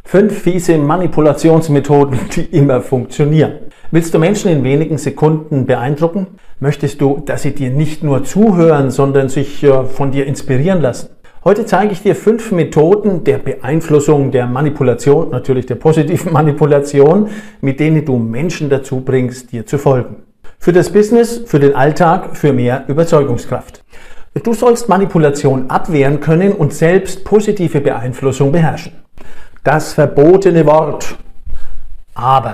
5 fiese Manipulationsmethoden, die immer funktionieren. Willst du Menschen in wenigen Sekunden beeindrucken? Möchtest du, dass sie dir nicht nur zuhören, sondern sich von dir inspirieren lassen? Heute zeige ich dir 5 Methoden der Beeinflussung, der Manipulation, natürlich der positiven Manipulation, mit denen du Menschen dazu bringst, dir zu folgen. Für das Business, für den Alltag, für mehr Überzeugungskraft. Du sollst Manipulation abwehren können und selbst positive Beeinflussung beherrschen. Das verbotene Wort. Aber.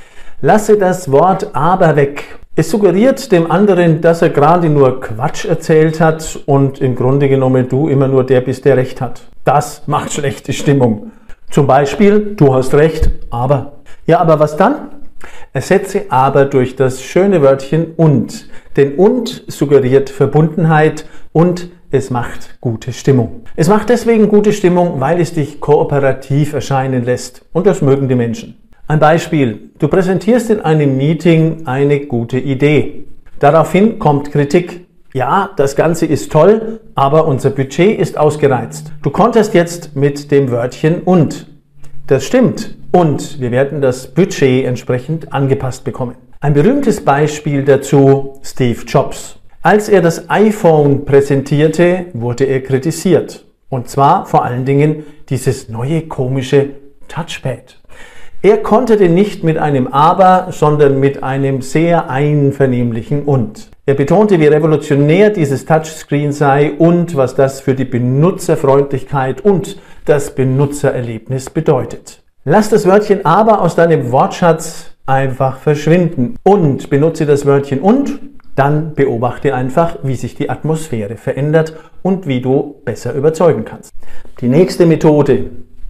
Lasse das Wort aber weg. Es suggeriert dem anderen, dass er gerade nur Quatsch erzählt hat und im Grunde genommen du immer nur der bist, der Recht hat. Das macht schlechte Stimmung. Zum Beispiel, du hast Recht, aber. Ja, aber was dann? Ersetze aber durch das schöne Wörtchen und. Denn und suggeriert Verbundenheit und es macht gute Stimmung. Es macht deswegen gute Stimmung, weil es dich kooperativ erscheinen lässt. Und das mögen die Menschen. Ein Beispiel. Du präsentierst in einem Meeting eine gute Idee. Daraufhin kommt Kritik. Ja, das Ganze ist toll, aber unser Budget ist ausgereizt. Du konterst jetzt mit dem Wörtchen und. Das stimmt. Und wir werden das Budget entsprechend angepasst bekommen. Ein berühmtes Beispiel dazu, Steve Jobs. Als er das iPhone präsentierte, wurde er kritisiert. Und zwar vor allen Dingen dieses neue komische Touchpad. Er konterte nicht mit einem Aber, sondern mit einem sehr einvernehmlichen Und. Er betonte, wie revolutionär dieses Touchscreen sei und was das für die Benutzerfreundlichkeit und das Benutzererlebnis bedeutet. Lass das Wörtchen Aber aus deinem Wortschatz einfach verschwinden und benutze das Wörtchen und, dann beobachte einfach, wie sich die Atmosphäre verändert und wie du besser überzeugen kannst. Die nächste Methode,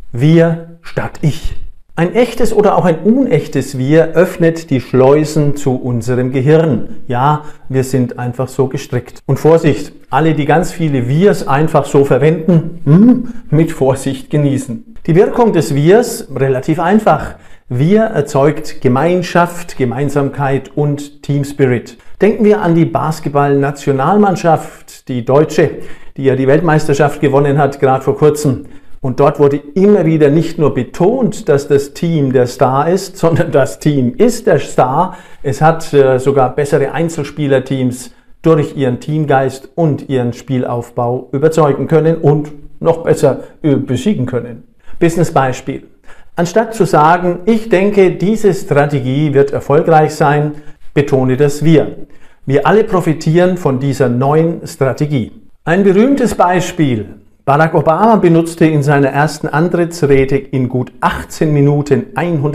wir statt ich. Ein echtes oder auch ein unechtes Wir öffnet die Schleusen zu unserem Gehirn. Ja, wir sind einfach so gestrickt. Und Vorsicht, alle, die ganz viele Wirs einfach so verwenden, mit Vorsicht genießen. Die Wirkung des Wirs, relativ einfach. Wir erzeugt Gemeinschaft, Gemeinsamkeit und Team Spirit. Denken wir an die Basketball-Nationalmannschaft, die Deutsche, die ja die Weltmeisterschaft gewonnen hat, gerade vor kurzem. Und dort wurde immer wieder nicht nur betont, dass das Team der Star ist, sondern das Team ist der Star. Es hat sogar bessere Einzelspielerteams durch ihren Teamgeist und ihren Spielaufbau überzeugen können und noch besser besiegen können. Business-Beispiel. Anstatt zu sagen, ich denke, diese Strategie wird erfolgreich sein, betone das Wir. Wir alle profitieren von dieser neuen Strategie. Ein berühmtes Beispiel. Barack Obama benutzte in seiner ersten Antrittsrede in gut 18 Minuten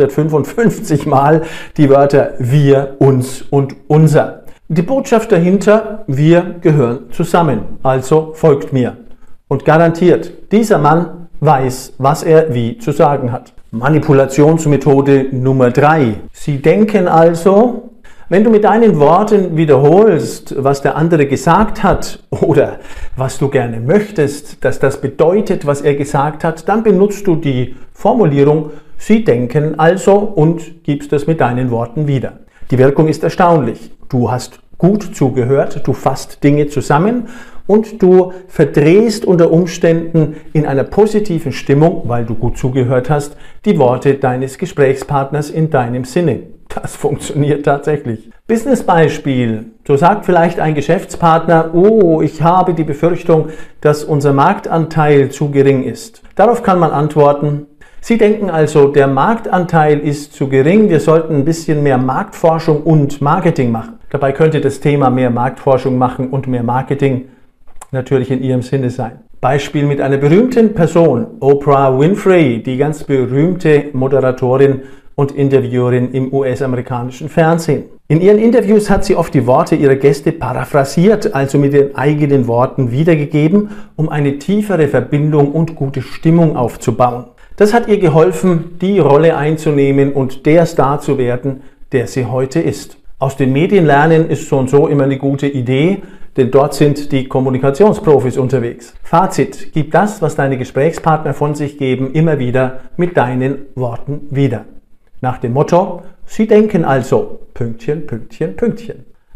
155 Mal die Wörter wir, uns und unser. Die Botschaft dahinter, wir gehören zusammen, also folgt mir. Und garantiert, dieser Mann weiß, was er wie zu sagen hat. Manipulationsmethode Nummer 3. Sie denken also, wenn du mit deinen Worten wiederholst, was der andere gesagt hat oder was du gerne möchtest, dass das bedeutet, was er gesagt hat, dann benutzt du die Formulierung Sie denken also und gibst das mit deinen Worten wieder. Die Wirkung ist erstaunlich. Du hast gut zugehört, du fasst Dinge zusammen und du verdrehst unter Umständen in einer positiven Stimmung, weil du gut zugehört hast, die Worte deines Gesprächspartners in deinem Sinne. Das funktioniert tatsächlich. Business-Beispiel. So sagt vielleicht ein Geschäftspartner, oh, ich habe die Befürchtung, dass unser Marktanteil zu gering ist. Darauf kann man antworten, Sie denken also, der Marktanteil ist zu gering, wir sollten ein bisschen mehr Marktforschung und Marketing machen. Dabei könnte das Thema mehr Marktforschung machen und mehr Marketing natürlich in Ihrem Sinne sein. Beispiel mit einer berühmten Person, Oprah Winfrey, die ganz berühmte Moderatorin und Interviewerin im US-amerikanischen Fernsehen. In ihren Interviews hat sie oft die Worte ihrer Gäste paraphrasiert, also mit den eigenen Worten wiedergegeben, um eine tiefere Verbindung und gute Stimmung aufzubauen. Das hat ihr geholfen, die Rolle einzunehmen und der Star zu werden, der sie heute ist. Aus den Medien lernen ist so und so immer eine gute Idee, denn dort sind die Kommunikationsprofis unterwegs. Fazit: Gib das, was deine Gesprächspartner von sich geben, immer wieder mit deinen Worten wieder. Nach dem Motto, Sie denken also, Pünktchen, Pünktchen, Pünktchen.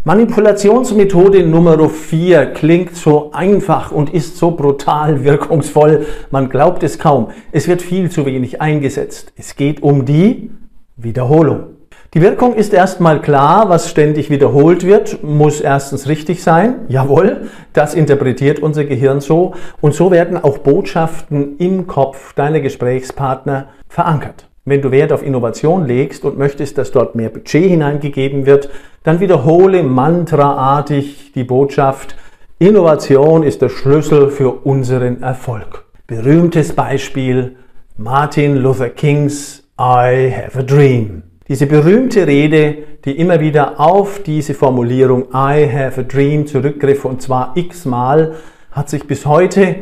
Manipulationsmethode Nummer 4 klingt so einfach und ist so brutal wirkungsvoll, man glaubt es kaum. Es wird viel zu wenig eingesetzt. Es geht um die Wiederholung. Die Wirkung ist erstmal klar, was ständig wiederholt wird, muss erstens richtig sein. Jawohl, das interpretiert unser Gehirn so. Und so werden auch Botschaften im Kopf deiner Gesprächspartner verankert. Wenn du Wert auf Innovation legst und möchtest, dass dort mehr Budget hineingegeben wird, dann wiederhole mantraartig die Botschaft: Innovation ist der Schlüssel für unseren Erfolg. Berühmtes Beispiel: Martin Luther Kings I have a dream. Diese berühmte Rede, die immer wieder auf diese Formulierung I have a dream zurückgriff, und zwar x-mal, hat sich bis heute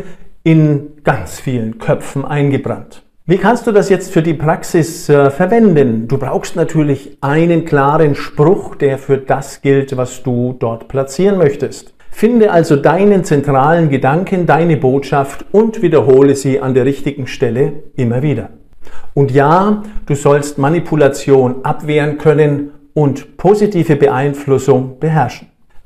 in ganz vielen Köpfen eingebrannt. Wie kannst du das jetzt für die Praxis verwenden? Du brauchst natürlich einen klaren Spruch, der für das gilt, was du dort platzieren möchtest. Finde also deinen zentralen Gedanken, deine Botschaft und wiederhole sie an der richtigen Stelle immer wieder. Und ja, du sollst Manipulation abwehren können und positive Beeinflussung beherrschen.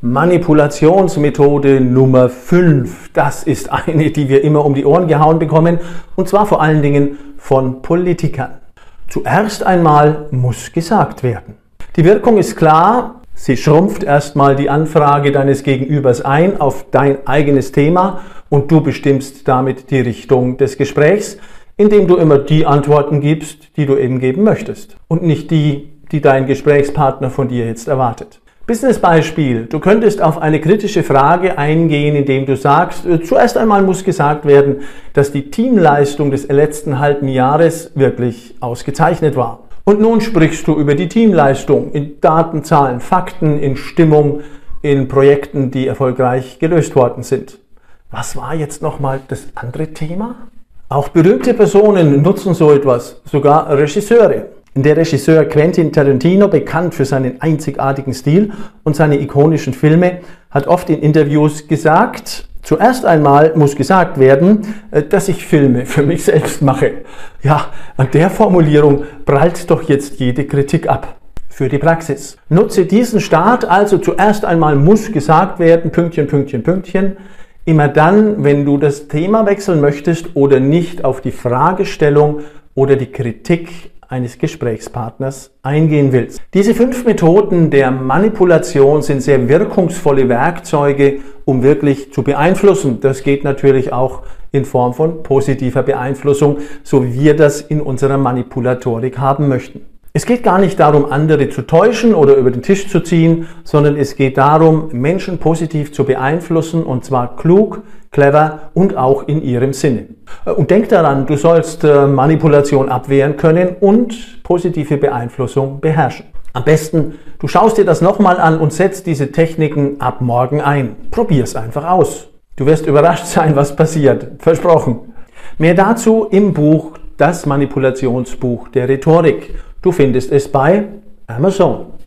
Manipulationsmethode Nummer 5, das ist eine, die wir immer um die Ohren gehauen bekommen, und zwar vor allen Dingen von Politikern. Zuerst einmal muss gesagt werden. Die Wirkung ist klar, sie schrumpft erstmal die Anfrage deines Gegenübers ein auf dein eigenes Thema und du bestimmst damit die Richtung des Gesprächs, indem du immer die Antworten gibst, die du eben geben möchtest und nicht die, die dein Gesprächspartner von dir jetzt erwartet. Business-Beispiel: Du könntest auf eine kritische Frage eingehen, indem du sagst, zuerst einmal muss gesagt werden, dass die Teamleistung des letzten halben Jahres wirklich ausgezeichnet war. Und nun sprichst du über die Teamleistung in Daten, Zahlen, Fakten, in Stimmung, in Projekten, die erfolgreich gelöst worden sind. Was war jetzt nochmal das andere Thema? Auch berühmte Personen nutzen so etwas, sogar Regisseure. Der Regisseur Quentin Tarantino, bekannt für seinen einzigartigen Stil und seine ikonischen Filme, hat oft in Interviews gesagt, zuerst einmal muss gesagt werden, dass ich Filme für mich selbst mache. Ja, an der Formulierung prallt doch jetzt jede Kritik ab. Für die Praxis: Nutze diesen Start also: zuerst einmal muss gesagt werden, Pünktchen, Pünktchen, Pünktchen. Immer dann, wenn du das Thema wechseln möchtest oder nicht auf die Fragestellung oder die Kritik eines Gesprächspartners eingehen willst. Diese 5 Methoden der Manipulation sind sehr wirkungsvolle Werkzeuge, um wirklich zu beeinflussen. Das geht natürlich auch in Form von positiver Beeinflussung, so wie wir das in unserer Manipulatorik haben möchten. Es geht gar nicht darum, andere zu täuschen oder über den Tisch zu ziehen, sondern es geht darum, Menschen positiv zu beeinflussen, und zwar klug, clever und auch in ihrem Sinne. Und denk daran, du sollst Manipulation abwehren können und positive Beeinflussung beherrschen. Am besten, du schaust dir das nochmal an und setzt diese Techniken ab morgen ein. Probier's einfach aus. Du wirst überrascht sein, was passiert. Versprochen. Mehr dazu im Buch Das Manipulationsbuch der Rhetorik. Du findest es bei Amazon.